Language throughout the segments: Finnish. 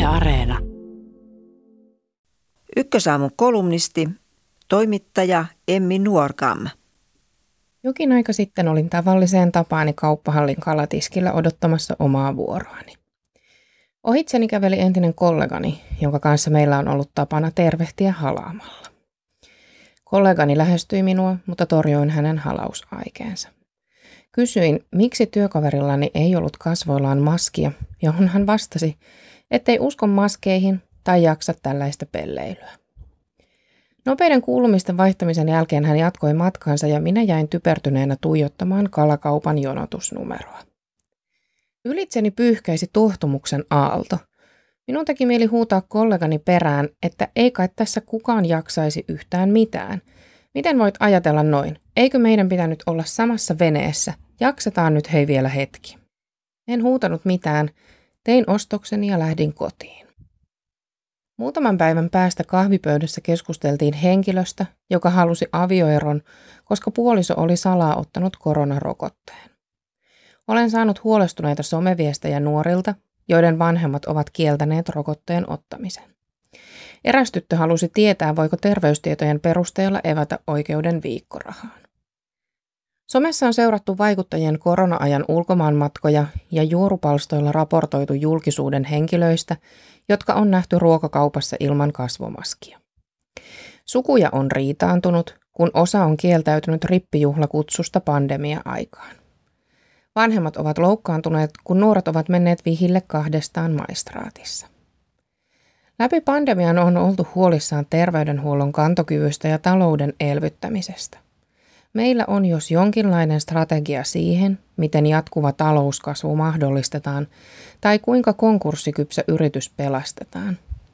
Areena. Ykkösaamun kolumnisti, toimittaja Emmi Nuorgam. Jokin aika sitten olin tavalliseen tapaani kauppahallin kalatiskillä odottamassa omaa vuoroani. Ohitseni käveli entinen kollegani, jonka kanssa meillä on ollut tapana tervehtiä halaamalla. Kollegani lähestyi minua, mutta torjuin hänen halausaikeensa. Kysyin, miksi työkaverillani ei ollut kasvoillaan maskia, johon hän vastasi, ettei usko maskeihin tai jaksa tällaista pelleilyä. Nopeiden kuulumisten vaihtamisen jälkeen hän jatkoi matkaansa ja minä jäin typertyneenä tuijottamaan kalakaupan jonotusnumeroa. Ylitseni pyyhkäisi tuohtumuksen aalto. Minun teki mieli huutaa kollegani perään, että ei kai tässä kukaan jaksaisi yhtään mitään. Miten voit ajatella noin? Eikö meidän pitänyt olla samassa veneessä? Jaksetaan nyt hei vielä hetki. En huutanut mitään. Tein ostokseni ja lähdin kotiin. Muutaman päivän päästä kahvipöydässä keskusteltiin henkilöstä, joka halusi avioeron, koska puoliso oli salaa ottanut koronarokotteen. Olen saanut huolestuneita someviestejä nuorilta, joiden vanhemmat ovat kieltäneet rokotteen ottamisen. Eräs tyttö halusi tietää, voiko terveystietojen perusteella evätä oikeuden viikkorahaan. Somessa on seurattu vaikuttajien korona-ajan ulkomaanmatkoja ja juorupalstoilla raportoitu julkisuuden henkilöistä, jotka on nähty ruokakaupassa ilman kasvomaskia. Sukuja on riitaantunut, kun osa on kieltäytynyt rippijuhlakutsusta pandemia-aikaan. Vanhemmat ovat loukkaantuneet, kun nuoret ovat menneet vihille kahdestaan maistraatissa. Läpi pandemian on oltu huolissaan terveydenhuollon kantokyvystä ja talouden elvyttämisestä. Meillä on jos jonkinlainen strategia siihen, miten jatkuva talouskasvu mahdollistetaan tai kuinka konkurssikypsä yritys pelastetaan.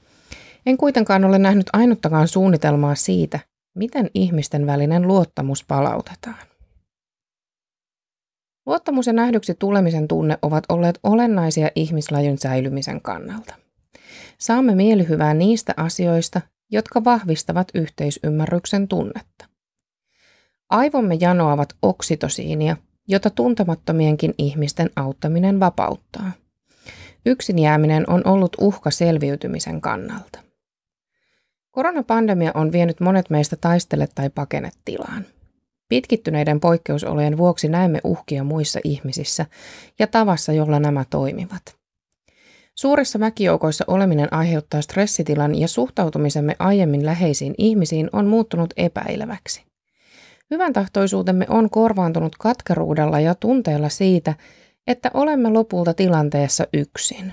En kuitenkaan ole nähnyt ainuttakaan suunnitelmaa siitä, miten ihmisten välinen luottamus palautetaan. Luottamus ja nähdyksi tulemisen tunne ovat olleet olennaisia ihmislajin säilymisen kannalta. Saamme mielihyvää niistä asioista, jotka vahvistavat yhteisymmärryksen tunnetta. Aivomme janoavat oksitosiinia, jota tuntemattomienkin ihmisten auttaminen vapauttaa. Yksin jääminen on ollut uhka selviytymisen kannalta. Koronapandemia on vienyt monet meistä taistele- tai pakene-tilaan. Pitkittyneiden poikkeusolojen vuoksi näemme uhkia muissa ihmisissä ja tavassa, jolla nämä toimivat. Suurissa väkijoukoissa oleminen aiheuttaa stressitilan ja suhtautumisemme aiemmin läheisiin ihmisiin on muuttunut epäileväksi. Hyvän tahtoisuutemme on korvaantunut katkeruudella ja tunteella siitä, että olemme lopulta tilanteessa yksin.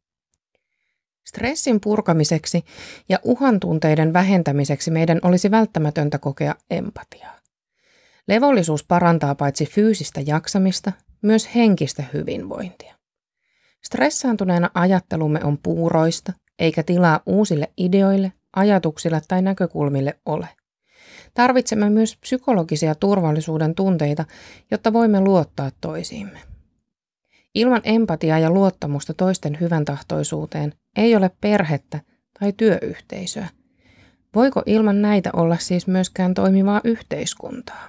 Stressin purkamiseksi ja uhantunteiden vähentämiseksi meidän olisi välttämätöntä kokea empatiaa. Levollisuus parantaa paitsi fyysistä jaksamista, myös henkistä hyvinvointia. Stressaantuneena ajattelumme on puuroista, eikä tilaa uusille ideoille, ajatuksille tai näkökulmille ole. Tarvitsemme myös psykologisia turvallisuuden tunteita, jotta voimme luottaa toisiimme. Ilman empatiaa ja luottamusta toisten hyväntahtoisuuteen ei ole perhettä tai työyhteisöä. Voiko ilman näitä olla siis myöskään toimivaa yhteiskuntaa?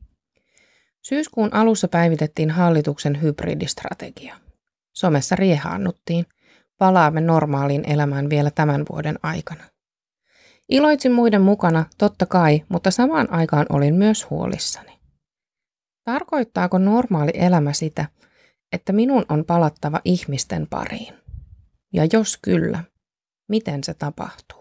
Syyskuun alussa päivitettiin hallituksen hybridistrategia. Somessa riehaannuttiin. Palaamme normaaliin elämään vielä tämän vuoden aikana. Iloitsin muiden mukana, totta kai, mutta samaan aikaan olin myös huolissani. Tarkoittaako normaali elämä sitä, että minun on palattava ihmisten pariin? Ja jos kyllä, miten se tapahtuu?